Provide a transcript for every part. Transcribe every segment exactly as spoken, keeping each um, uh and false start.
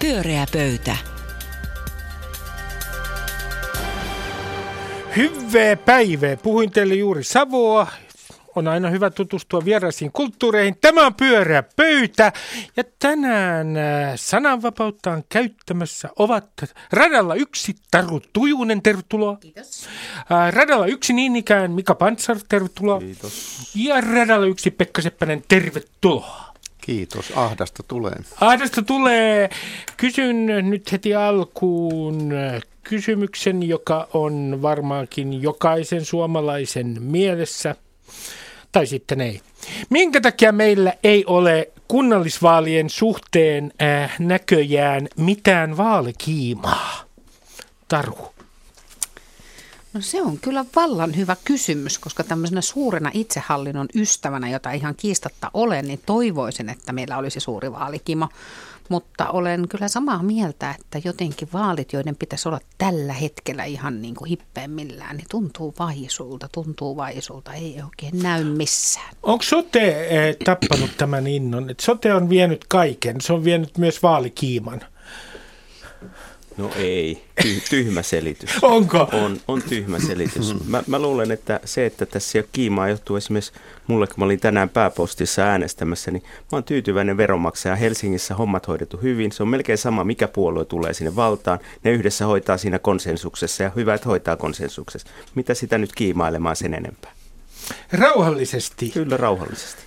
Pyöreä pöytä. Hyvää päivää. Puhuin teille juuri Savoa. On aina hyvä tutustua vieraisiin kulttuureihin. Tämä on Pyöreä pöytä. Ja tänään sananvapautta on käyttämässä ovat radalla yksi Taru Tujunen, tervetuloa. Kiitos. Radalla yksi niin ikään Mika Pantsar, tervetuloa. Kiitos. Ja radalla yksi Pekka Seppänen, tervetuloa. Kiitos. Ahdasta tulee. Ahdasta tulee. Kysyn nyt heti alkuun kysymyksen, joka on varmaankin jokaisen suomalaisen mielessä. Tai sitten ei. Minkä takia meillä ei ole kunnallisvaalien suhteen äh, näköjään mitään vaalikiimaa? Taru. No se on kyllä vallan hyvä kysymys, koska tämmöisenä suurena itsehallinnon ystävänä, jota ihan kiistatta olen, niin toivoisin, että meillä olisi suuri vaalikima. Mutta olen kyllä samaa mieltä, että jotenkin vaalit, joiden pitäisi olla tällä hetkellä ihan niin kuin hippeämmillään, niin tuntuu vaisulta, tuntuu vaisulta, ei oikein näy missään. Onko sote eh, tappanut tämän innon? Et sote on vienyt kaiken, se on vienyt myös vaalikiiman. No ei, Ty- tyhmä selitys. Onko? On, on tyhmä selitys. Mä, mä luulen, että se, että tässä ei ole kiimaa, johtuu esimerkiksi mulle, kun mä olin tänään pääpostissa äänestämässä, niin mä oon tyytyväinen veronmaksaja. Helsingissä hommat hoidettu hyvin. Se on melkein sama, mikä puolue tulee sinne valtaan. Ne yhdessä hoitaa siinä konsensuksessa ja hyvä, että hoitaa konsensuksessa. Mitä sitä nyt kiimailemaan sen enempää? Rauhallisesti. Kyllä rauhallisesti.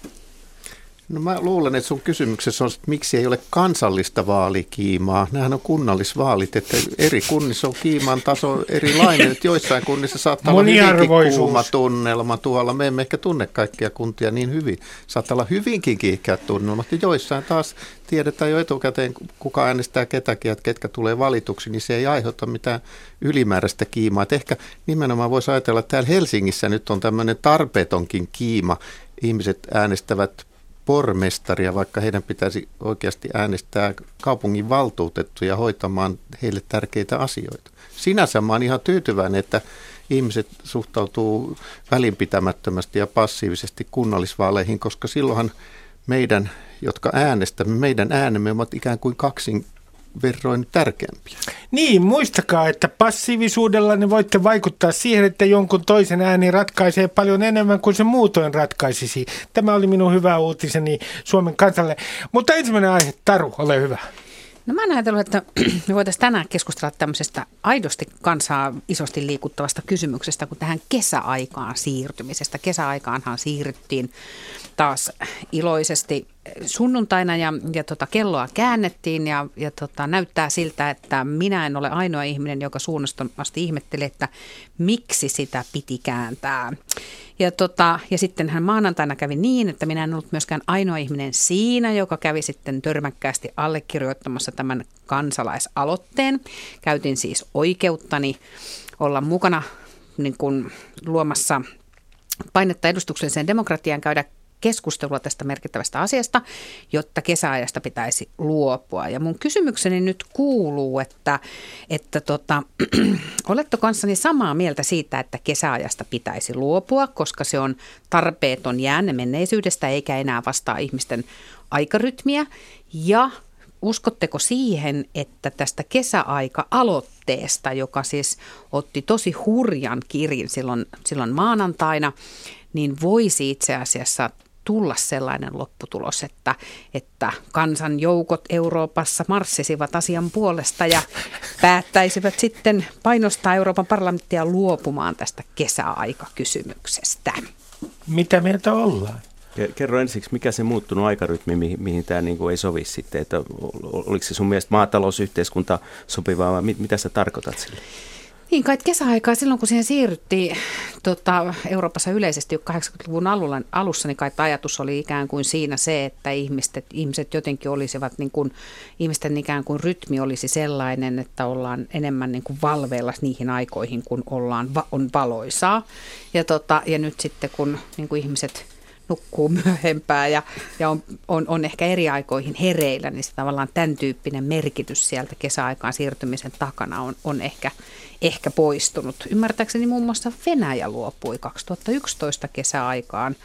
No mä luulen, että sun kysymyksessä on, että miksi ei ole kansallista vaalikiimaa. Nämähän on kunnallisvaalit, että eri kunnissa on kiiman taso erilainen. Että joissain kunnissa saattaa olla hyvinkin kuuma tunnelma tuolla. Me emme ehkä tunne kaikkia kuntia niin hyvin. Saattaa olla hyvinkin kiihkeät tunnelmat. Ja joissain taas tiedetään jo etukäteen, kuka äänestää ketäkin, että ketkä tulee valituksi, niin se ei aiheuta mitään ylimääräistä kiimaa. Että ehkä nimenomaan voisi ajatella, että täällä Helsingissä nyt on tämmöinen tarpeetonkin kiima. Ihmiset äänestävät pormestaria, vaikka heidän pitäisi oikeasti äänestää kaupungin valtuutettuja hoitamaan heille tärkeitä asioita. Sinänsä mä oon ihan tyytyväinen, että ihmiset suhtautuu välinpitämättömästi ja passiivisesti kunnallisvaaleihin, koska silloinhan meidän, jotka äänestämme, meidän äänemme ovat ikään kuin kaksin verroin tärkeämpiä. Niin, muistakaa, että passiivisuudella ne voitte vaikuttaa siihen, että jonkun toisen ääni ratkaisee paljon enemmän kuin se muutoin ratkaisisi. Tämä oli minun hyvä uutiseni Suomen kansalle. Mutta ensimmäinen aihe, Taru, ole hyvä. No mä oon ajatellut, että me voitaisiin tänään keskustella tämmöisestä aidosti kansaa isosti liikuttavasta kysymyksestä, kun tähän kesäaikaan siirtymisestä. Kesäaikaanhan siirryttiin taas iloisesti sunnuntaina ja, ja tota, kelloa käännettiin ja, ja tota, näyttää siltä, että minä en ole ainoa ihminen, joka suunnattomasti ihmettelee, että miksi sitä piti kääntää. Ja, tota, ja sittenhän maanantaina kävi niin, että minä en ollut myöskään ainoa ihminen siinä, joka kävi sitten törmäkkäästi allekirjoittamassa tämän kansalaisaloitteen. Käytin siis oikeuttani olla mukana niin kuin luomassa painetta edustukselliseen demokratiaan, käydä keskustelua tästä merkittävästä asiasta, jotta kesäajasta pitäisi luopua. Ja mun kysymykseni nyt kuuluu, että, että tota, oletko kanssani samaa mieltä siitä, että kesäajasta pitäisi luopua, koska se on tarpeeton jäänne menneisyydestä eikä enää vastaa ihmisten aikarytmiä, ja uskotteko siihen, että tästä kesäaika-aloitteesta, joka siis otti tosi hurjan kirin silloin, silloin maanantaina, niin voisi itse asiassa tulla sellainen lopputulos, että, että kansanjoukot Euroopassa marssisivat asian puolesta ja päättäisivät sitten painostaa Euroopan parlamenttia luopumaan tästä kesäaikakysymyksestä. Mitä mieltä ollaan? Kerro ensiksi, mikä se muuttunut aikarytmi, mihin, mihin tämä niin kuin ei sovi sitten, että oliko se sun mielestä maatalousyhteiskunta sopivaa vai mit, mitä sä tarkoitat sille? Niin, kai kesäaikaa silloin, kun siihen siirryttiin tota, Euroopassa yleisesti jo kahdeksankymmentäluvun alulla, alussa, niin kai ajatus oli ikään kuin siinä se, että ihmiset, ihmiset jotenkin olisivat, niin kuin, ihmisten ikään kuin rytmi olisi sellainen, että ollaan enemmän niin kuin valveilla niihin aikoihin, kun ollaan, on valoisaa. Ja, tota, ja nyt sitten, kun niin kuin ihmiset nukkuu myöhempää ja, ja on, on, on ehkä eri aikoihin hereillä, niin se tavallaan tämän tyyppinen merkitys sieltä kesäaikaan siirtymisen takana on, on ehkä, ehkä poistunut. Ymmärtääkseni muun muassa Venäjä luopui kaksituhattayksitoista kesäaikaan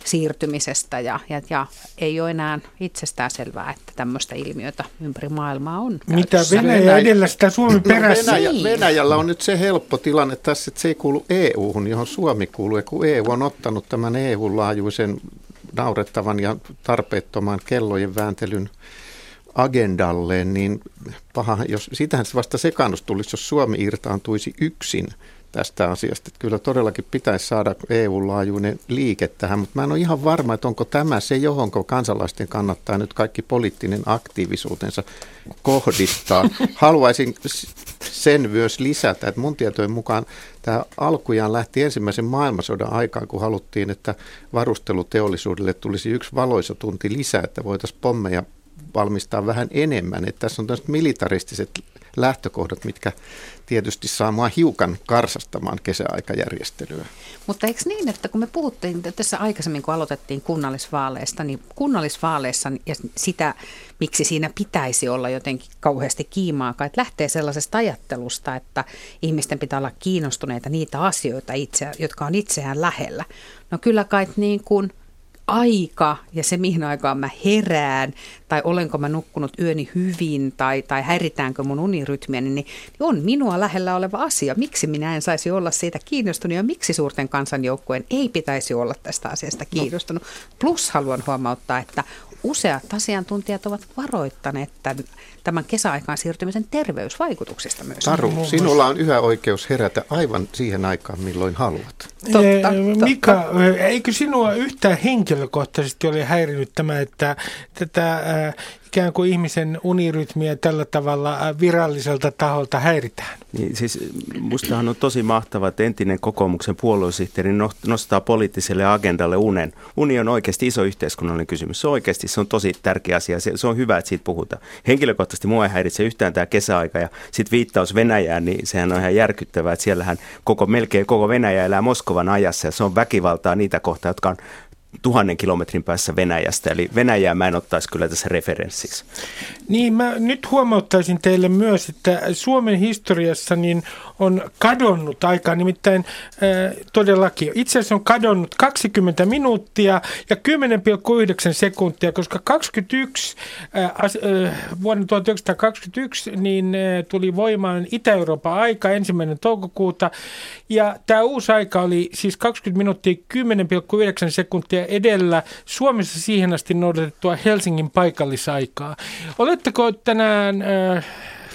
siirtymisestä ja, ja, ja ei ole enää itsestään selvää, että tämmöistä ilmiötä ympäri maailmaa on käytössä. Mitä Venäjä edellä sitä Suomi perässä? No Venäjä, Venäjällä on nyt se helppo tilanne tässä, että se ei kuulu E U-hun, johon Suomi kuuluu. Ja kun E U on ottanut tämän E U-laajuisen naurettavan ja tarpeettoman kellojen vääntelyn agendalleen, niin paha, jos sitähän se vasta sekannus tulisi, jos Suomi irtaantuisi yksin tästä asiasta. Että kyllä todellakin pitäisi saada E U-laajuinen liike tähän, mutta mä en ole ihan varma, että onko tämä se, johon kansalaisten kannattaa nyt kaikki poliittinen aktiivisuutensa kohdistaa. Haluaisin sen myös lisätä, että mun tietojen mukaan tämä alkujaan lähti ensimmäisen maailmansodan aikaan, kun haluttiin, että varusteluteollisuudelle tulisi yksi valoisa tunti lisää, että voitaisiin pommeja valmistaa vähän enemmän. Että tässä on tämmöiset militaristiset lähtökohdat, mitkä tietysti saa mua hiukan karsastamaan kesäaikajärjestelyä. Mutta eikö niin, että kun me puhuttiin tässä aikaisemmin, kun aloitettiin kunnallisvaaleista, niin kunnallisvaaleissa ja sitä, miksi siinä pitäisi olla jotenkin kauheasti kiimaa, että lähtee sellaisesta ajattelusta, että ihmisten pitää olla kiinnostuneita niitä asioita, itse, jotka on itseään lähellä. No kyllä kai niin kuin aika ja se, mihin aikaan mä herään, tai olenko mä nukkunut yöni hyvin, tai, tai häiritäänkö mun unirytmiä, niin, niin on minua lähellä oleva asia. Miksi minä en saisi olla siitä kiinnostunut, ja miksi suurten kansanjoukkueen ei pitäisi olla tästä asiasta kiinnostunut. Plus haluan huomauttaa, että useat asiantuntijat ovat varoittaneet tämän, tämän kesäaikaan siirtymisen terveysvaikutuksista myös. Taru, sinulla on yhä oikeus herätä aivan siihen aikaan, milloin haluat. Totta, totta. Mika, eikö sinua yhtään henkilökohtaisesti ole häirinyt tämä, että tätä äh, ikään kuin ihmisen unirytmiä tällä tavalla viralliselta taholta häiritään? Niin, siis mustahan on tosi mahtavaa, että entinen kokoomuksen puoluesihteeri nostaa poliittiselle agendalle unen. Uni on oikeasti iso yhteiskunnallinen kysymys. Se on oikeasti se on tosi tärkeä asia. Se, se on hyvä, että siitä puhutaan. Henkilökohtaisesti mua ei häiritse yhtään tämä kesäaika ja sitten viittaus Venäjään, niin sehän on ihan järkyttävää, että siellähän koko, melkein koko Venäjä elää Moskovan ajassa ja se on väkivaltaa niitä kohtaa, jotka on tuhannen kilometrin päässä Venäjästä. Eli Venäjää mä en ottaisi kyllä tässä referenssiksi. Niin, mä nyt huomauttaisin teille myös, että Suomen historiassa niin on kadonnut aikaa, nimittäin äh, todellakin. Itse asiassa on kadonnut kaksikymmentä minuuttia ja kymmenen pilkku yhdeksän sekuntia, koska kaksikymmentäyksi, äh, äh, vuonna tuhatyhdeksänsataakaksikymmentäyksi niin äh, tuli voimaan Itä-Euroopan aika ensimmäinen toukokuuta ja tämä uusi aika oli siis kaksikymmentä minuuttia kymmenen pilkku yhdeksän sekuntia edellä Suomessa siihen asti noudatettua Helsingin paikallisaikaa. Oletteko tänään äh,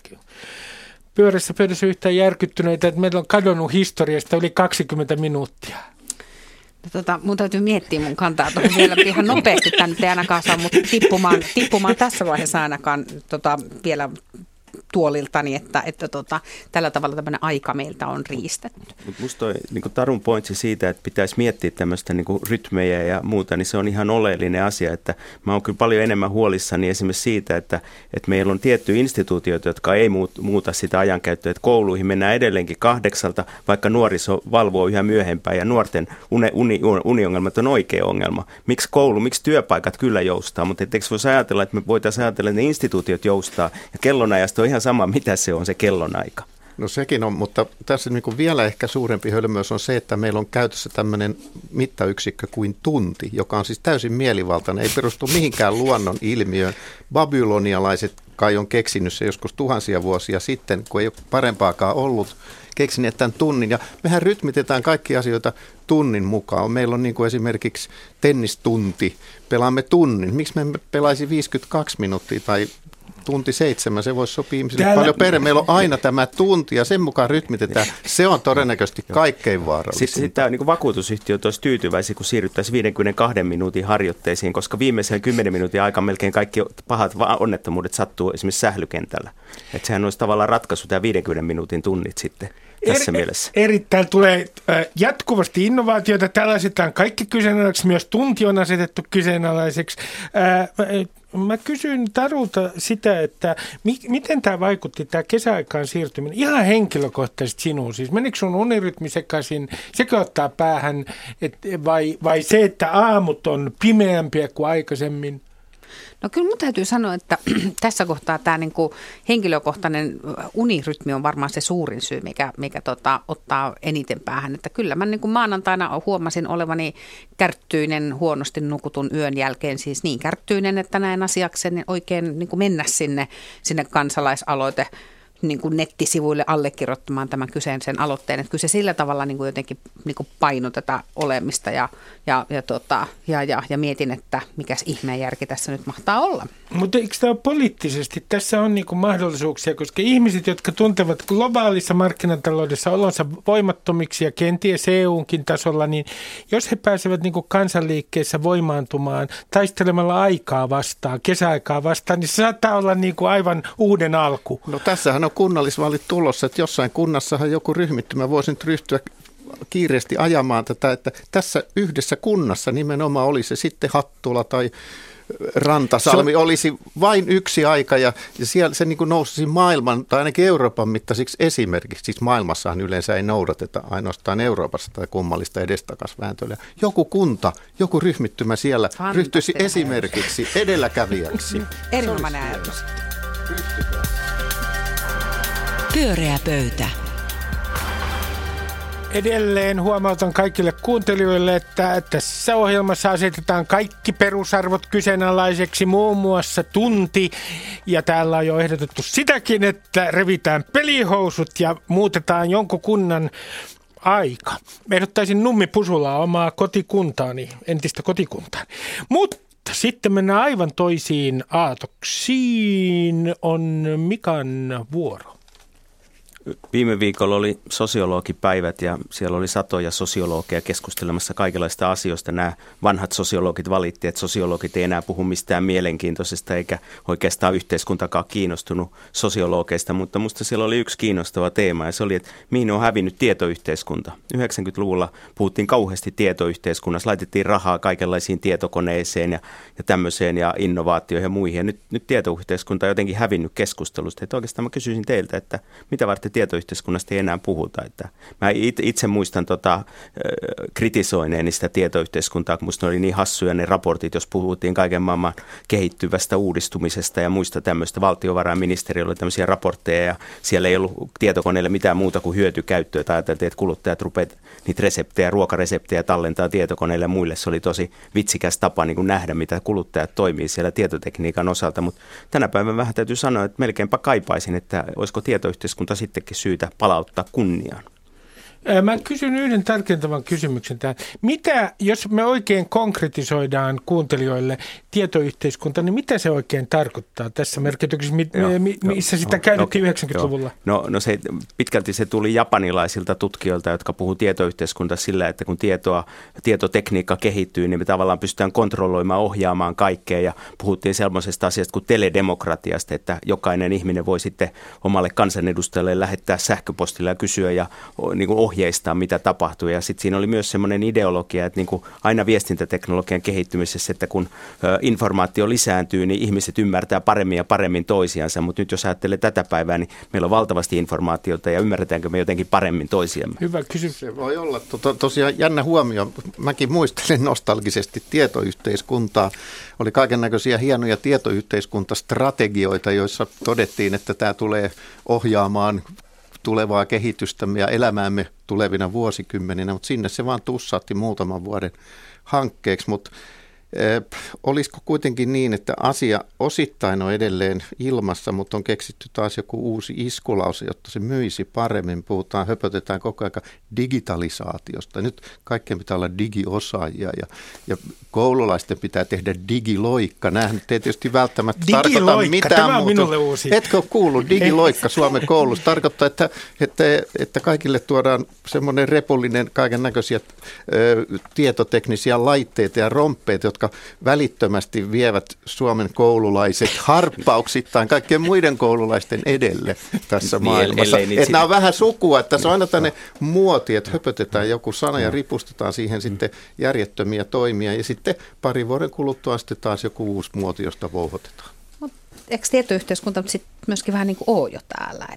pyörässä pöydässä yhtään järkyttyneitä, että meillä on kadonnut historiasta yli kaksikymmentä minuuttia? No, tota, mun täytyy miettiä mun kantaa tuohon vielä ihan nopeasti. Tämä nyt ei ainakaan saa mut tippumaan, tippumaan tässä vaiheessa ainakaan tota, vielä tuoliltani, että, että tota, tällä tavalla tämmöinen aika meiltä on riistetty. Mutta musta toi niin Tarun pointsi siitä, että pitäisi miettiä tämmöistä niin rytmejä ja muuta, niin se on ihan oleellinen asia, että mä oon kyllä paljon enemmän huolissani esimerkiksi siitä, että, että meillä on tiettyjä instituutioita, jotka ei muuta sitä ajankäyttöä, että kouluihin mennään edelleenkin kahdeksalta, vaikka nuoriso valvoo yhä myöhempään ja nuorten uni, uni, uniongelmat on oikea ongelma. Miksi koulu, miksi työpaikat kyllä joustaa, mutta etteikö voisi ajatella, että me voitaisiin ajatella, että ne instituutiot joustaa ja kellonajasta on ihan sama, mitä se on se kellonaika. No sekin on, mutta tässä niin kuin vielä ehkä suurempi hölmöys on se, että meillä on käytössä tämmöinen mittayksikkö kuin tunti, joka on siis täysin mielivaltainen, ei perustu mihinkään luonnon ilmiöön. Babylonialaiset kai on keksinyt se joskus tuhansia vuosia sitten, kun ei ole parempaakaan ollut, keksineet tämän tunnin. Ja mehän rytmitetään kaikki asioita tunnin mukaan. Meillä on niin kuin esimerkiksi tennistunti, pelaamme tunnin. Miksi me emme pelaisi viisikymmentäkaksi minuuttia tai tunti seitsemän, se voisi sopia ihmisille Täällä... paljon perhe. Meillä on aina tämä tunti ja sen mukaan rytmitetään. Se on todennäköisesti kaikkein vaarallisinta. Sitten, sitten tämä niin vakuutusyhtiöt olisi tyytyväisiä, kun siirryttäisiin viidenkymmenenkahden minuutin harjoitteisiin, koska viimeisen kymmenen minuutin aikaa melkein kaikki pahat onnettomuudet sattuu esimerkiksi sählykentällä. Että sehän olisi tavallaan ratkaisu tämä viidenkymmenen minuutin tunnit sitten tässä er, mielessä. Erittäin tulee äh, jatkuvasti innovaatioita. Täällä asetetaan kaikki kyseenalaiseksi, myös tunti on asetettu kyseenalaiseksi. Äh, Mä kysyin Tarulta sitä, että mi- miten tämä vaikutti, tämä kesäaikaan siirtyminen, ihan henkilökohtaisesti sinuun. Siis menikö sun unirytmi sekaisin, sekö ottaa päähän, et, vai, vai se, että aamut on pimeämpiä kuin aikaisemmin? No kyllä mun täytyy sanoa, että tässä kohtaa tämä niinku henkilökohtainen unirytmi on varmaan se suurin syy, mikä, mikä tota, ottaa eniten päähän. Että kyllä mä niinku maanantaina huomasin olevani kärttyinen, huonosti nukutun yön jälkeen, siis niin kärttyinen, että näin asiakseni oikein niinku mennä sinne, sinne kansalaisaloite niin kuin nettisivuille allekirjoittamaan tämän kyseisen aloitteen. Että kyllä se sillä tavalla niin kuin jotenkin niin kuin paino tätä olemista ja, ja, ja, tota, ja, ja, ja mietin, että mikäs ihmeen järki tässä nyt mahtaa olla. Mutta eikö tämä poliittisesti? Tässä on niin kuin mahdollisuuksia, koska ihmiset, jotka tuntevat globaalissa markkinataloudessa olonsa voimattomiksi ja kenties E U:nkin tasolla, niin jos he pääsevät niin kuin kansanliikkeessä voimaantumaan taistelemalla aikaa vastaan, kesäaikaa vastaan, niin se saattaa olla niin kuin aivan uuden alku. No tässähän on kunnallisvaalit tulossa, että jossain kunnassahan joku ryhmittymä voisi nyt ryhtyä kiireesti ajamaan tätä, että tässä yhdessä kunnassa nimenomaan oli se sitten Hattula tai Rantasalmi, olisi vain yksi aika ja, ja siellä se niin kuin nousisi maailman tai ainakin Euroopan mittaisiksi esimerkiksi. Siis maailmassahan yleensä ei noudateta ainoastaan Euroopassa tai kummallista edestakasvääntöä. Joku kunta, joku ryhmittymä siellä ryhtyisi esimerkiksi edelläkävijäksi. Erinomainen ajatus. Pyöreä pöytä. Edelleen huomautan kaikille kuuntelijoille, että tässä ohjelmassa asetetaan kaikki perusarvot kyseenalaiseksi, muun muassa tunti. Ja täällä on jo ehdotettu sitäkin, että revitään pelihousut ja muutetaan jonkun kunnan aika. Ehdottaisin Nummi Pusulaa, omaa kotikuntaani, entistä kotikuntaani. Mutta sitten mennään aivan toisiin aatoksiin. On Mikan vuoro. Viime viikolla oli sosiologipäivät ja siellä oli satoja sosiologeja keskustelemassa kaikenlaista asioista. Nämä vanhat sosiologit valitti, että sosiologit ei enää puhu mistään mielenkiintoisesta eikä oikeastaan yhteiskuntakaan kiinnostunut sosiologeista, mutta musta siellä oli yksi kiinnostava teema ja se oli, että mihin on hävinnyt tietoyhteiskunta. yhdeksänkymmentäluvulla puhuttiin kauheasti tietoyhteiskunnassa, laitettiin rahaa kaikenlaisiin tietokoneeseen ja, ja tämmöiseen ja innovaatioihin ja muihin. Ja nyt, nyt tietoyhteiskunta on jotenkin hävinnyt keskustelusta. Että oikeastaan mä kysyisin teiltä, että mitä varten tietoyhteiskunnasta ei enää puhuta. Että mä itse muistan tota, kritisoineeni sitä tietoyhteiskuntaa, kun musta oli niin hassuja ne raportit, jos puhuttiin kaiken maailman kehittyvästä uudistumisesta ja muista tämmöistä. Valtiovarainministeriöllä oli tämmöisiä raportteja ja siellä ei ollut tietokoneille mitään muuta kuin hyötykäyttöä. Tai ajateltiin, että kuluttajat rupeat niitä reseptejä, ruokareseptejä tallentaa tietokoneille ja muille. Se oli tosi vitsikäs tapa niin kuin nähdä, mitä kuluttajat toimii siellä tietotekniikan osalta. Mutta tänä päivänä vähän täytyy sanoa, että melkeinpä kaipaisin, että olisiko tietoyhteiskunta sittenkin syytä palauttaa kunniaan. Mä kysyn yhden tärkeintävän kysymyksen tähän. Mitä, jos me oikein konkretisoidaan kuuntelijoille tietoyhteiskunta, niin mitä se oikein tarkoittaa tässä merkityksessä, mi, joo, mi, missä joo, sitä joo, käytettiin okay, yhdeksänkymmentäluvulla? No, no se, pitkälti se tuli japanilaisilta tutkijoilta, jotka puhuu tietoyhteiskunta sillä, että kun tietoa, tietotekniikka kehittyy, niin me tavallaan pystytään kontrolloimaan, ohjaamaan kaikkea ja puhuttiin sellaisesta asiasta kuin teledemokratiasta, että jokainen ihminen voi sitten omalle kansanedustajalle lähettää sähköpostilla ja kysyä ja niin kuin ohjeistaa, mitä tapahtuu. Ja sitten siinä oli myös semmoinen ideologia, että niin kuin aina viestintäteknologian kehittymisessä, että kun ö, informaatio lisääntyy, niin ihmiset ymmärtää paremmin ja paremmin toisiansa. Mutta nyt jos ajattelee tätä päivää, niin meillä on valtavasti informaatiota ja ymmärretäänkö me jotenkin paremmin toisiamme? Hyvä kysymys. Se voi olla to, to, tosiaan jännä huomio. Mäkin muistelen nostalgisesti tietoyhteiskuntaa. Oli kaikennäköisiä hienoja tietoyhteiskuntastrategioita, joissa todettiin, että tämä tulee ohjaamaan tulevaa kehitystämme ja elämäämme tulevina vuosikymmeninä, mutta sinne se vaan tussaatti muutaman vuoden hankkeeksi, mutta eh, olisiko kuitenkin niin, että asia osittain on edelleen ilmassa, mutta on keksitty taas joku uusi iskulause, jotta se myisi paremmin. Puhutaan, höpötetään koko ajan digitalisaatiosta. Nyt kaikkien pitää olla digiosaajia ja, ja koululaisten pitää tehdä digiloikka. Nämähän nyt ei tietysti välttämättä tarkoita mitään tämä on muuta. Minulle uusi. Etkö ole kuullut? Digiloikka Suomen koulussa tarkoittaa, että, että, että kaikille tuodaan semmoinen repullinen kaiken näköisiä tietoteknisiä laitteita ja romppeita, jotka välittömästi vievät Suomen koululaiset harppauksittain kaikkien muiden koululaisten edelle tässä maailmassa. Niin, että nämä on vähän sukua, että se on aina tänne muoti, että höpötetään joku sana ja ripustetaan siihen sitten järjettömiä toimia ja sitten pari vuoden kuluttua sitten taas joku uusi muoti, josta vouhotetaan. Mut eikö tietoyhteiskunta sit myöskin vähän niin kuin ole jo täällä, että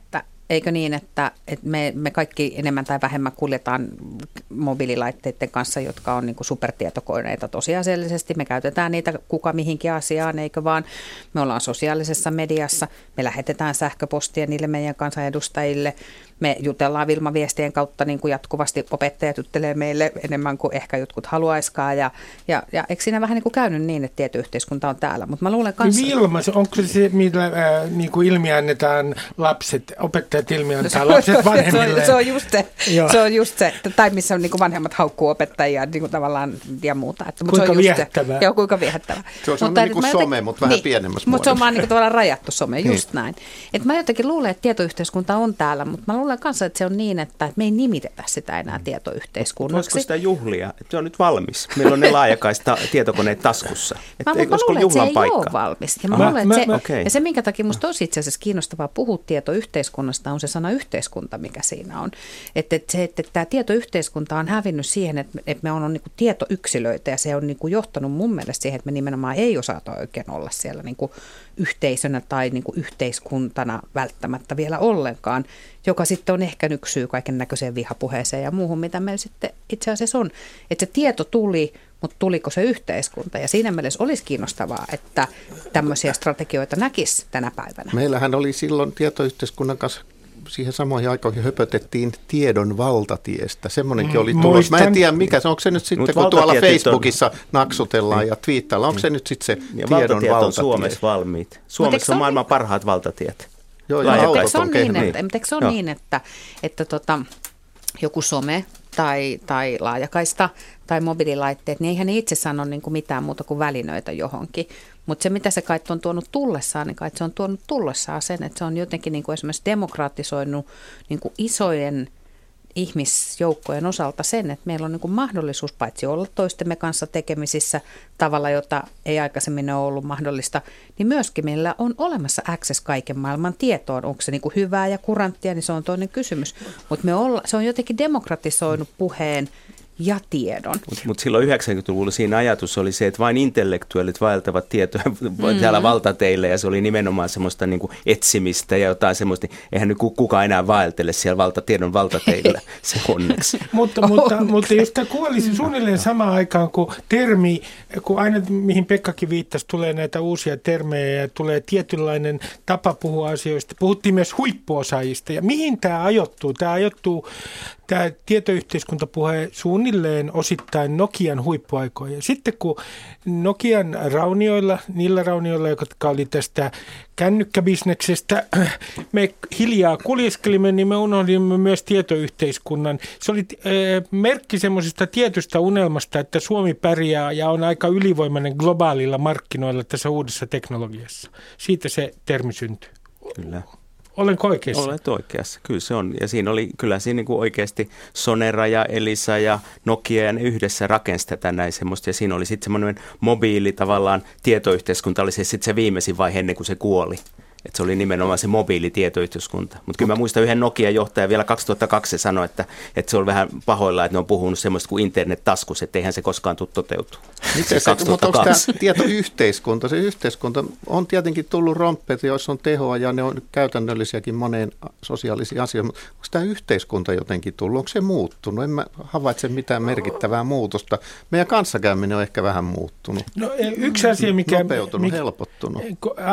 eikö niin, että, että me, me kaikki enemmän tai vähemmän kuljetaan mobiililaitteiden kanssa, jotka on niin kuin supertietokoneita tosiasiallisesti. Me käytetään niitä kuka mihinkin asiaan, eikö vaan. Me ollaan sosiaalisessa mediassa, me lähetetään sähköpostia niille meidän kansanedustajille. Me jutellaan Vilma-viestien kautta niin kuin jatkuvasti, opettajat juttelee meille enemmän kuin ehkä jotkut haluaiskaan. Ja, ja, ja eikö siinä vähän niin kuin käynyt niin, että tietoyhteiskunta on täällä? Mutta mä luulen kanssa... Vilma, onko se se, millä äh, niin kuin ilmiannetaan lapset, opettajat ilmiannetaan no, lapset vanhemmille? Se on, se on just se, se, on just se tai missä on niin kuin vanhemmat haukkuu opettajia niin kuin tavallaan ja muuta. Että, kuinka se on viehättävää. Joo, kuinka viehättävää. Se on mutta, niin kuin some, jotenkin, mutta vähän niin, pienemmässä mutta se on vaan niin kuin tavallaan rajattu some, niin. just näin. Et mä jotenkin luulen, että tietoyhteiskunta on täällä, mutta mä luulen kanssa, että se on niin, että me ei nimitetä sitä enää tietoyhteiskunnaksi. Olisiko sitä juhlia? Että se on nyt valmis. Meillä on ne laajakaista tietokoneet taskussa. Että mä, mä luulen, että se ei paikka? ole valmis. Ja, mä mä, luulen, mä, se, mä, okay. ja se, minkä takia musta olisi itse asiassa kiinnostavaa puhua tietoyhteiskunnasta, on se sana yhteiskunta, mikä siinä on. Että et se, että tämä tietoyhteiskunta on hävinnyt siihen, että, että me on, on niin kuin tietoyksilöitä ja se on niin kuin johtanut mun mielestä siihen, että me nimenomaan ei osata oikein olla siellä niin kuin yhteisönä tai niin kuin yhteiskuntana välttämättä vielä ollenkaan, joka sitten on ehkä yksi syy kaiken näköiseen vihapuheeseen ja muuhun, mitä meillä sitten itse asiassa on. Että se tieto tuli, mutta tuliko se yhteiskunta? Ja siinä mielessä olisi kiinnostavaa, että tämmöisiä strategioita näkisi tänä päivänä. Meillähän oli silloin tietoyhteiskunnan kanssa siihen samoihin aikoihin höpötettiin tiedon valtatiestä. Semmoinenkin oli tulos. Mä en tiedä mikä se, onko se nyt sitten, kun tuolla Facebookissa on naksutellaan ja twiittaillaan, onko se nyt sitten se ja tiedon valtatie? On Suomessa valmiit. Suomessa on maailman parhaat valtatiet. Joo, ja autot on, on niin, että, eikö se ole niin, että, että tota, joku some tai, tai laajakaista tai mobiililaitteet, niin eihän ne itse sano niin kuin mitään muuta kuin välinöitä johonkin. Mutta se, mitä se kai on tuonut tullessaan, niin kai se on tuonut tullessaan sen, että se on jotenkin niin kuin esimerkiksi demokratisoinut niin kuin isojen ihmisjoukkojen osalta sen, että meillä on niin kuin mahdollisuus paitsi olla toistemme kanssa tekemisissä tavalla, jota ei aikaisemmin ole ollut mahdollista, niin myöskin meillä on olemassa access kaiken maailman tietoon. Onko se niin kuin hyvää ja kuranttia, niin se on toinen kysymys. Mutta se on jotenkin demokratisoinut puheen ja tiedon. Mutta mut silloin yhdeksänkymmentäluvulla siinä ajatus oli se, että vain intellektuellit vaeltavat tietoja mm. täällä valtateillä, ja se oli nimenomaan semmoista niin kuin etsimistä ja jotain semmoista. Eihän nyt kukaan enää vaeltele siellä valta, tiedon valtateillä, se onneksi. mutta, mutta, mutta jos tämä kuolisi suunnilleen samaan aikaan, kun termi, kun aina mihin Pekkakin viittasi, tulee näitä uusia termejä ja tulee tietynlainen tapa puhua asioista. Puhuttiin myös huippuosaajista, ja mihin tämä ajoittuu? Tämä ajoittuu Tämä tietoyhteiskuntapuhe suunnilleen osittain Nokian huippuaikoja. Sitten kun Nokian raunioilla, niillä raunioilla, jotka oli tästä kännykkäbisneksestä, me hiljaa kuljeskelimme, niin me unohdimme myös tietoyhteiskunnan. Se oli äh, merkki semmoisesta tietystä unelmasta, että Suomi pärjää ja on aika ylivoimainen globaalilla markkinoilla tässä uudessa teknologiassa. Siitä se termi syntyi. Kyllä. Olenko oikeassa? Olet oikeassa, kyllä se on. Ja siinä oli kyllä siinä niin kuin oikeasti Sonera ja Elisa ja Nokia ja ne yhdessä rakensi tätä näin semmoista. Ja siinä oli sitten semmoinen mobiili tavallaan tietoyhteiskunta, oli se sitten se viimeisin vaihe ennen kuin se kuoli. Että se oli nimenomaan se mobiilitietoyhteiskunta. Mutta kyllä mä muistan yhden Nokia-johtaja vielä kaksituhattakaksi sanoi, että, että se on vähän pahoilla, että ne on puhunut semmoista kuin internet-taskus, että eihän se koskaan tule toteutua. Se, se, mutta onko tämä tietoyhteiskunta? Se yhteiskunta on tietenkin tullut romppeita, joissa on tehoa ja ne on käytännöllisiäkin moneen sosiaalisiin asioihin. Mutta onko tämä yhteiskunta jotenkin tullut? Onko se muuttunut? En mä havaitse mitään merkittävää muutosta. Meidän kanssakäyminen on ehkä vähän muuttunut. No, yksi asia, mikä... Nopeutunut, mikä, helpottunut.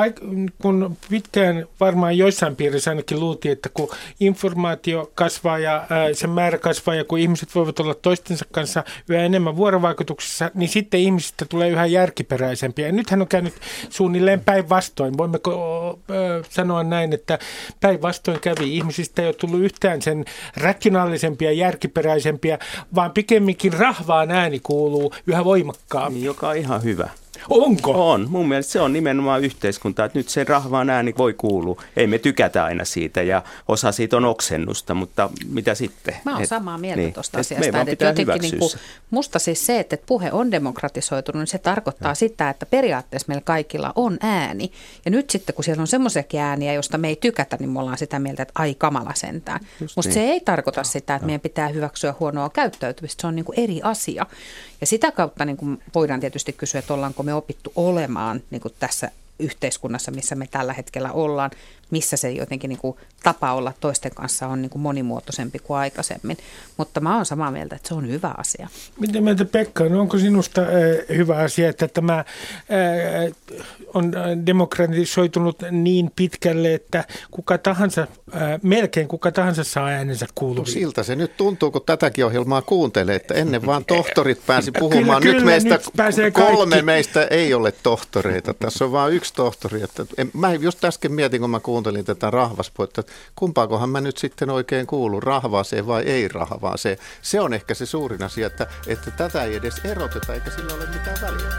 Kun pitkään varmaan joissain piirissä ainakin luultiin, että kun informaatio kasvaa ja ää, sen määrä kasvaa ja kun ihmiset voivat olla toistensa kanssa yhä enemmän vuorovaikutuksessa, niin sitten ihmisistä tulee yhä järkiperäisempiä. Ja nythän on käynyt suunnilleen päinvastoin. Voimmeko ää, sanoa näin, että päinvastoin kävi. Ihmisistä ei ole tullut yhtään sen rationaalisempia, järkiperäisempiä, vaan pikemminkin rahvaan ääni kuuluu yhä voimakkaammin. Joka on ihan hyvä. Onko? On. Mun mielestä se on nimenomaan yhteiskunta, että nyt se rahvaan ääni voi kuulua. Ei me tykätä aina siitä ja osa siitä on oksennusta, mutta mitä sitten? Mä oon et, samaa mieltä niin, tuosta asiasta. Me vaan pitää hyväksyä niin kuin, musta siis se, että puhe on demokratisoitunut, niin se tarkoittaa ja. sitä, että periaatteessa meillä kaikilla on ääni. Ja nyt sitten, kun siellä on semmoisiakin ääniä, josta me ei tykätä, niin me ollaan sitä mieltä, että ai kamala sentään. Just musta niin. Se ei tarkoita sitä, että no. meidän pitää hyväksyä huonoa käyttäytymistä. Se on niin kuin eri asia. Ja sitä kautta niin kuin voidaan tietysti kysyä, että ollaanko me opittu olemaan niin kuin tässä yhteiskunnassa, missä me tällä hetkellä ollaan, missä se jotenkin niin kuin tapa olla toisten kanssa on niin kuin monimuotoisempi kuin aikaisemmin. Mutta mä oon samaa mieltä, että se on hyvä asia. Miten mieltä Pekka, no onko sinusta äh, hyvä asia, että tämä äh, on demokratisoitunut niin pitkälle, että kuka tahansa, äh, melkein kuka tahansa saa äänensä kuuluviin? No siltä se nyt tuntuu, kun tätäkin ohjelmaa kuuntelee, että ennen vaan tohtorit pääsi puhumaan. Kyllä, nyt kyllä, meistä nyt kolme kaikki. meistä ei ole tohtoreita. Tässä on vain yksi tohtori. Että en, mä just äsken mietin, kun mä kuuntelin tätä rahvaspuolta, että kumpaakohan mä nyt sitten oikein kuulun, rahvaaseen vai ei rahvaaseen. Se on ehkä se suurin asia, että, että tätä ei edes eroteta eikä sillä ole mitään väliä.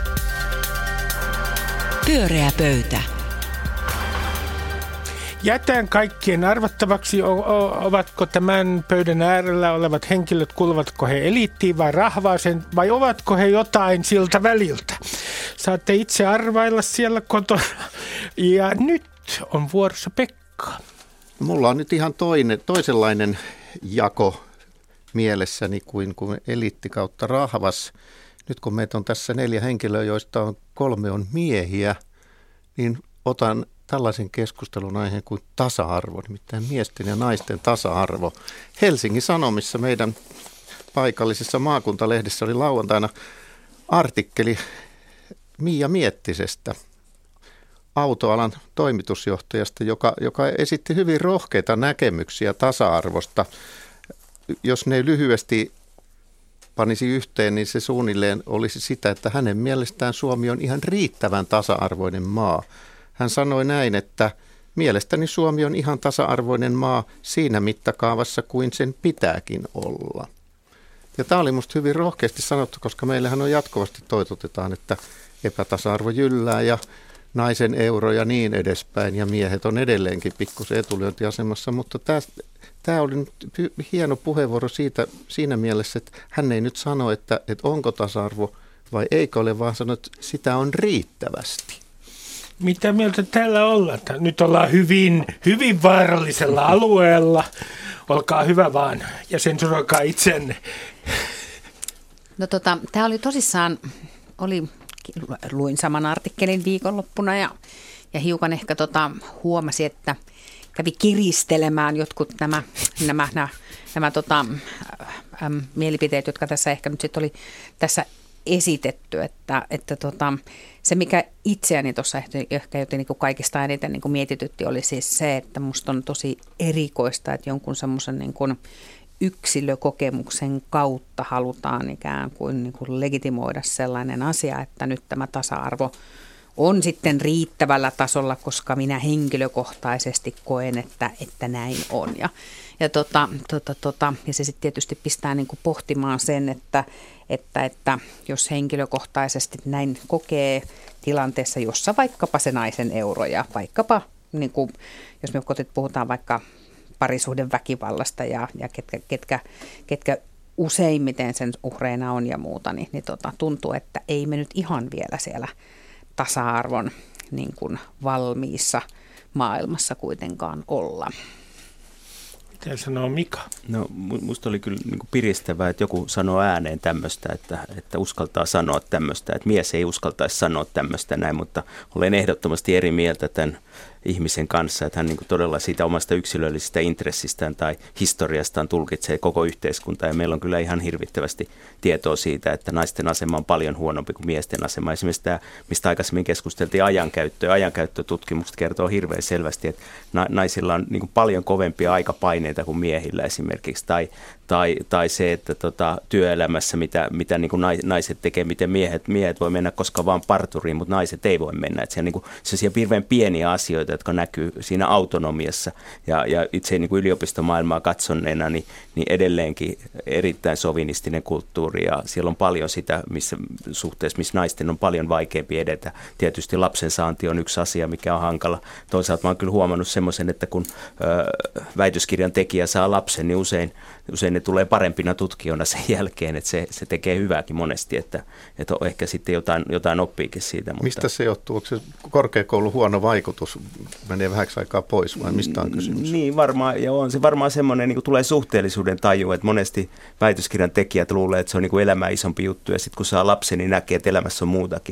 Pyöreä pöytä. Jätän kaikkien arvattavaksi, o- o- ovatko tämän pöydän äärellä olevat henkilöt, kuuluvatko he eliittiin vai rahvaaseen, vai ovatko he jotain siltä väliltä. Saatte itse arvailla siellä kotona. Ja nyt on vuorossa Pekka. Mulla on nyt ihan toinen, toisenlainen jako mielessäni kuin, kuin eliitti kautta rahvas. Nyt kun meitä on tässä neljä henkilöä, joista on kolme on miehiä, niin otan tällaisen keskustelun aiheen kuin tasa-arvo, nimittäin miesten ja naisten tasa-arvo. Helsingin Sanomissa meidän paikallisessa maakuntalehdessä oli lauantaina artikkeli Miia Miettisestä, autoalan toimitusjohtajasta, joka, joka esitti hyvin rohkeita näkemyksiä tasa-arvosta. Jos ne lyhyesti panisi yhteen, niin se suunnilleen olisi sitä, että hänen mielestään Suomi on ihan riittävän tasa-arvoinen maa. Hän sanoi näin, että mielestäni Suomi on ihan tasa-arvoinen maa siinä mittakaavassa kuin sen pitääkin olla. Ja tämä oli musta hyvin rohkeasti sanottu, koska meillähän on jatkuvasti toitotetaan, että epätasa-arvo jyllää ja naisen euro ja niin edespäin, ja miehet on edelleenkin pikkusen etulyöntiasemassa, mutta tämä, tämä oli nyt hieno puheenvuoro siitä, siinä mielessä, että hän ei nyt sano, että, että onko tasa-arvo vai eikö ole, vaan sanoi, että sitä on riittävästi. Mitä mieltä täällä ollaan? Nyt ollaan hyvin, hyvin vaarallisella alueella. Olkaa hyvä vaan ja sensuroikaa itsenne. No tota, tämä oli tosissaan, oli, luin saman artikkelin viikonloppuna ja, ja hiukan ehkä tota, huomasi, että kävi kiristelemään jotkut nämä, nämä, nämä, nämä tota, äm, mielipiteet, jotka tässä ehkä nyt sitten oli tässä esitetty, että, että tota, se mikä itseäni tuossa ehkä joten niin kuin kaikista eniten niin kuin mietitytti oli siis se, että musta on tosi erikoista, että jonkun semmoisen niin kuin yksilökokemuksen kautta halutaan ikään kuin, niin kuin legitimoida sellainen asia, että nyt tämä tasa-arvo on sitten riittävällä tasolla, koska minä henkilökohtaisesti koen, että, että näin on. Ja, ja, tota, tota, tota, ja se sitten tietysti pistää niin kuin pohtimaan sen, että, että, että jos henkilökohtaisesti näin kokee tilanteessa, jossa vaikkapa se naisen euro ja vaikkapa, niin kuin, jos me kotit puhutaan vaikka parisuhden väkivallasta ja, ja ketkä, ketkä, ketkä useimmiten sen uhreina on ja muuta, niin, niin tota, tuntuu, että ei me nyt ihan vielä siellä tasa-arvon niin kuin valmiissa maailmassa kuitenkaan olla. Mitä sanoo Mika? No musta oli kyllä niin kuin piristävää, että joku sanoo ääneen tämmöistä, että, että uskaltaa sanoa tämmöistä, että mies ei uskaltaisi sanoa tämmöistä näin, mutta olen ehdottomasti eri mieltä tämän ihmisen kanssa, että hän niin kuin todella siitä omasta yksilöllisestä intressistään tai historiastaan tulkitsee koko yhteiskuntaa. Ja meillä on kyllä ihan hirvittävästi tietoa siitä, että naisten asema on paljon huonompi kuin miesten asema. Esimerkiksi tämä, mistä aikaisemmin keskusteltiin ajankäyttöä. Ajankäyttötutkimukset kertoo hirveän selvästi, että naisilla on niin kuin paljon kovempia aikapaineita kuin miehillä esimerkiksi. Tai, tai, tai se, että tota, työelämässä, mitä, mitä niin kuin naiset tekee, miten miehet, miehet voi mennä koska vaan parturiin, mutta naiset ei voi mennä. Että se on niin kuin sellaisia hirveän pieniä asioita, jotka näkyy siinä autonomiassa. Ja, ja itse niin kuin yliopistomaailmaa katsoneena, niin, niin edelleenkin erittäin sovinistinen kulttuuri. Ja siellä on paljon sitä missä, suhteessa, missä naisten on paljon vaikeampi edetä. Tietysti lapsen saanti on yksi asia, mikä on hankala. Toisaalta mä oon kyllä huomannut semmoisen, että kun ö, väitöskirjan tekijä saa lapsen, niin usein, usein ne tulee parempina tutkijoina sen jälkeen. Että se, se tekee hyvääkin monesti, että, että ehkä sitten jotain, jotain oppiikin siitä. Mutta mistä se johtuu? Onko se korkeakoulun huono vaikutus? Menee vähäksi aikaa pois vai mistä on kysymys? Niin varmaan, ja on se varmaan semmoinen, niin kuin tulee suhteellisuuden taju, että monesti väitöskirjan tekijät luulee, että se on niin kuin elämää isompi juttu, ja sitten kun saa lapsen, niin näkee, että elämässä on muutakin. Että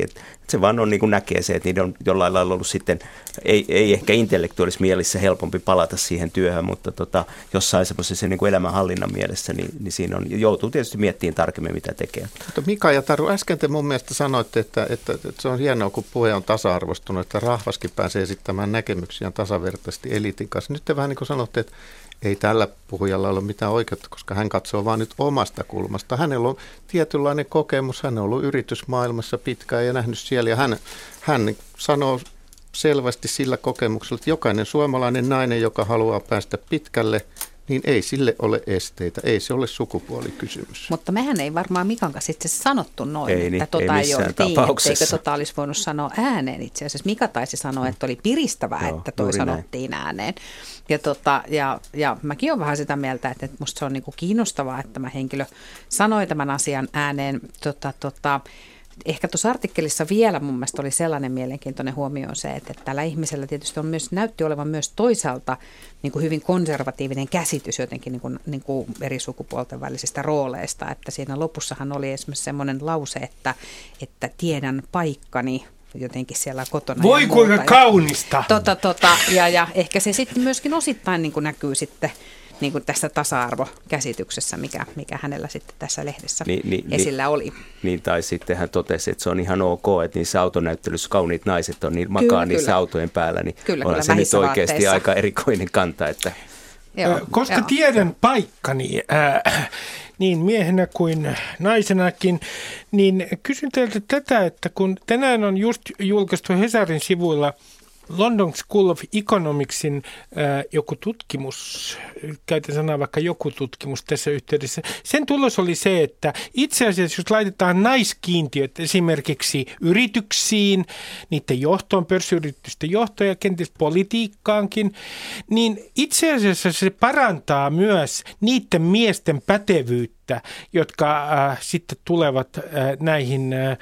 Se vaan on niin kuin näkee se, että niiden on jollain lailla ollut sitten, ei, ei ehkä intellektuaalis mielessä helpompi palata siihen työhön, mutta tota, jossain semmoisessa niin kuin elämänhallinnan mielessä, niin, niin siinä on, joutuu tietysti miettimään tarkemmin, mitä tekee. Mutta Mika ja Taru, äsken te mun mielestä sanoitte, että, että, että se on hienoa, kun puhe on tasa-arvostunut, että rahvaskin pääsee esittämään näkemyksiään tasavertaisesti eliitin kanssa. Nyt te vähän niin kuin sanotte, että ei tällä puhujalla ole mitään oikeutta, koska hän katsoo vaan nyt omasta kulmasta. Hänellä on tietynlainen kokemus, hän on ollut yritysmaailmassa pitkään ja nähnyt siellä. Ja hän, hän sanoo selvästi sillä kokemuksella, että jokainen suomalainen nainen, joka haluaa päästä pitkälle, niin ei sille ole esteitä, ei se ole sukupuolikysymys. Mutta mehän ei varmaan Mikan kanssa itse asiassa sanottu noin, ei, että tota ei ei ole niin, tapauksessa. etteikö tota olisi voinut sanoa ääneen itse asiassa. Mika taisi sanoa, että oli piristävää, Joo, että toi sanottiin näin. ääneen. Ja, tota, ja, ja mäkin olen vähän sitä mieltä, että, että musta se on niinku kiinnostavaa, että tämä henkilö sanoi tämän asian ääneen. Tota, tota, Ehkä tuossa artikkelissa vielä mun mielestä oli sellainen mielenkiintoinen huomio on se, että tällä ihmisellä tietysti on myös, näytti olevan myös toisaalta niin kuin hyvin konservatiivinen käsitys jotenkin niin kuin, niin kuin eri sukupuolten välisistä rooleista. Että siinä lopussahan oli esimerkiksi semmoinen lause, että, että tiedän paikkani jotenkin siellä kotona. Voi kuinka kaunista! Tota, tota, ja, ja ehkä se sitten myöskin osittain niin kuin näkyy sitten niin kuin tässä tasa-arvokäsityksessä, mikä, mikä hänellä sitten tässä lehdessä niin, niin, esillä oli. Niin, tai sitten hän totesi, että se on ihan ok, että niissä autonäyttelyssä kauniit naiset on, niin makaa kyllä, niissä kyllä. autojen päällä, niin kyllä, onhan kyllä, se nyt oikeasti vaatteissa. aika erikoinen kanta. Että Joo, Koska joo. tiedän paikkani äh, niin miehenä kuin naisenakin, niin kysyn teiltä tätä, että kun tänään on just julkaistu Hesarin sivuilla London School of Economicsin äh, joku tutkimus, käytän sanaa vaikka joku tutkimus tässä yhteydessä. Sen tulos oli se, että itse asiassa jos laitetaan naiskiintiöt esimerkiksi yrityksiin, niiden johtoon, pörssiyritysten johtoon ja kenties politiikkaankin, niin itse asiassa se parantaa myös niiden miesten pätevyyttä, jotka äh, sitten tulevat äh, näihin äh,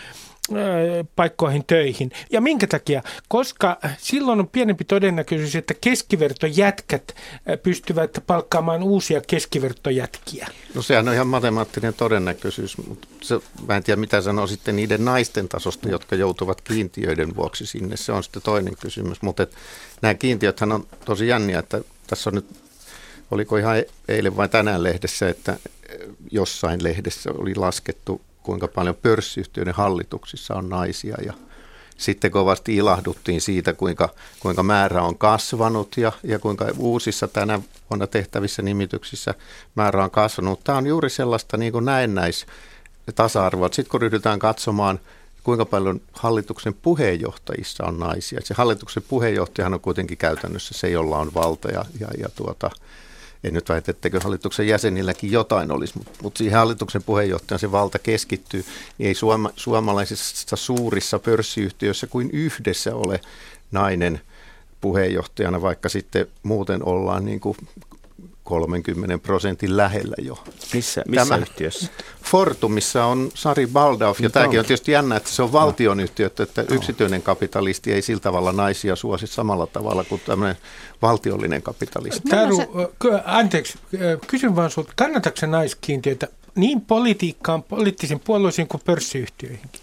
paikkoihin töihin. Ja minkä takia? Koska silloin on pienempi todennäköisyys, että keskivertojätkät pystyvät palkkaamaan uusia keskivertojätkiä. No sehän on ihan matemaattinen todennäköisyys, mutta se, mä en tiedä mitä sanoo sitten niiden naisten tasosta, jotka joutuvat kiintiöiden vuoksi sinne. Se on sitten toinen kysymys, mutta nämä kiintiöthän on tosi jänniä, että tässä on nyt, oliko ihan eilen vai tänään lehdessä, että jossain lehdessä oli laskettu kuinka paljon pörssiyhtiöiden hallituksissa on naisia ja sitten kovasti ilahduttiin siitä, kuinka, kuinka määrä on kasvanut ja, ja kuinka uusissa tänä vuonna tehtävissä nimityksissä määrä on kasvanut. Tämä on juuri sellaista niin kuin näennäistasa-arvoa. Sitten kun ryhdytään katsomaan, kuinka paljon hallituksen puheenjohtajissa on naisia. Se hallituksen puheenjohtajahan on kuitenkin käytännössä se, jolla on valta ja, ja, ja tuota... En nyt väitä, etteikö hallituksen jäsenilläkin jotain olisi, mutta, mutta siihen hallituksen puheenjohtajan se valta keskittyy, niin ei suoma, suomalaisissa suurissa pörssiyhtiöissä kuin yhdessä ole nainen puheenjohtajana, vaikka sitten muuten ollaan niin kuin kolmenkymmenen prosentin lähellä jo. Missä, missä Tämä yhtiössä? Fortumissa on Sari Baldauf, ja tämäkin on tietysti jännä, että se on valtionyhtiö, että yksityinen kapitalisti ei sillä tavalla naisia suosi samalla tavalla kuin tämmöinen valtiollinen kapitalisti. Taru, anteeksi, kysyn vaan sinulta, kannatatko se naiskiintiöitä niin politiikkaan, poliittisiin puolueisiin kuin pörssiyhtiöihinkin?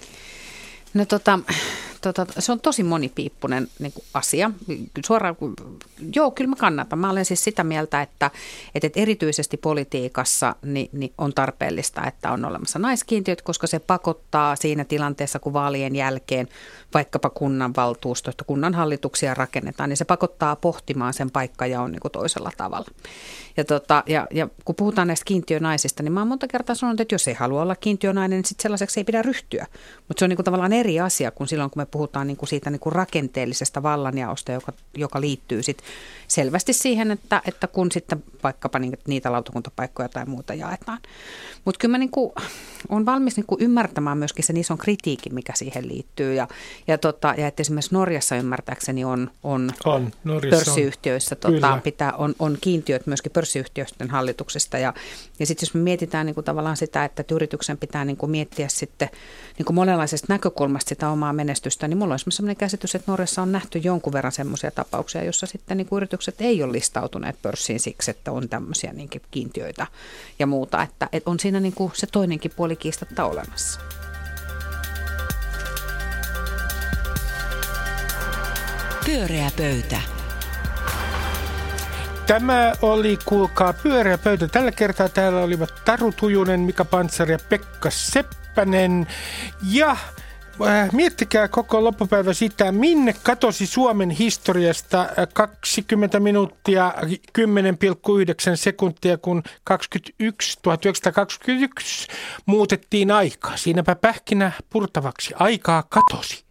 No tota... Tota, se on tosi monipiippunen niin kuin asia. Suoraan, joo, kyllä mä kannatan. Mä olen siis sitä mieltä, että, että erityisesti politiikassa niin, niin on tarpeellista, että on olemassa naiskiintiöt, koska se pakottaa siinä tilanteessa, kun vaalien jälkeen vaikkapa kunnanvaltuustoista, kunnanhallituksia rakennetaan, niin se pakottaa pohtimaan sen paikkajaon niin kuin toisella tavalla. Ja, tota, ja, ja kun puhutaan näistä kiintiönaisista, niin mä oon monta kertaa sanonut, että jos ei halua olla kiintiönainen, niin sitten sellaiseksi ei pidä ryhtyä. Mutta se on niin kuin tavallaan eri asia kuin silloin, kun me puhutaan niin kuin siitä niin kuin rakenteellisesta vallanjaosta, joka, joka liittyy sit selvästi siihen, että, että kun sitten vaikkapa niitä lautakuntapaikkoja tai muuta jaetaan. Mutta kyllä mä niin kuin olen valmis niin kuin ymmärtämään myöskin sen ison kritiikin, mikä siihen liittyy. Ja, ja, tota, ja että esimerkiksi Norjassa ymmärtääkseni on, on, on pörssiyhtiöissä tota, pitää, on, on kiintiöt myöskin pörssiyhtiöiden hallituksesta. Ja, ja sitten jos me mietitään niin kuin tavallaan sitä, että yrityksen pitää niin kuin miettiä sitten niin kuin monenlaisesta näkökulmasta sitä omaa menestystä, niin mulla on esimerkiksi sellainen käsitys, että Norjassa on nähty jonkun verran semmoisia tapauksia, jossa sitten niin kuin yritykset ei ole listautuneet pörssiin siksi, että on tämmöisiä niin kuin kiintiöitä ja muuta, että, että on siinä niin kuin se toinenkin puoli kiistatta olemassa. Pyöreä pöytä. Tämä oli, kuulkaa, pyöreä pöytä. Tällä kertaa täällä olivat Taru Tujunen, Mika Pantsari ja Pekka Seppänen. Ja äh, miettikää koko loppupäivä sitä, minne katosi Suomen historiasta kaksikymmentä minuuttia kymmenen pilkku yhdeksän sekuntia, kun tuhatyhdeksänsataakaksikymmentäyksi muutettiin aikaa. Siinäpä pähkinä purtavaksi. Aikaa katosi.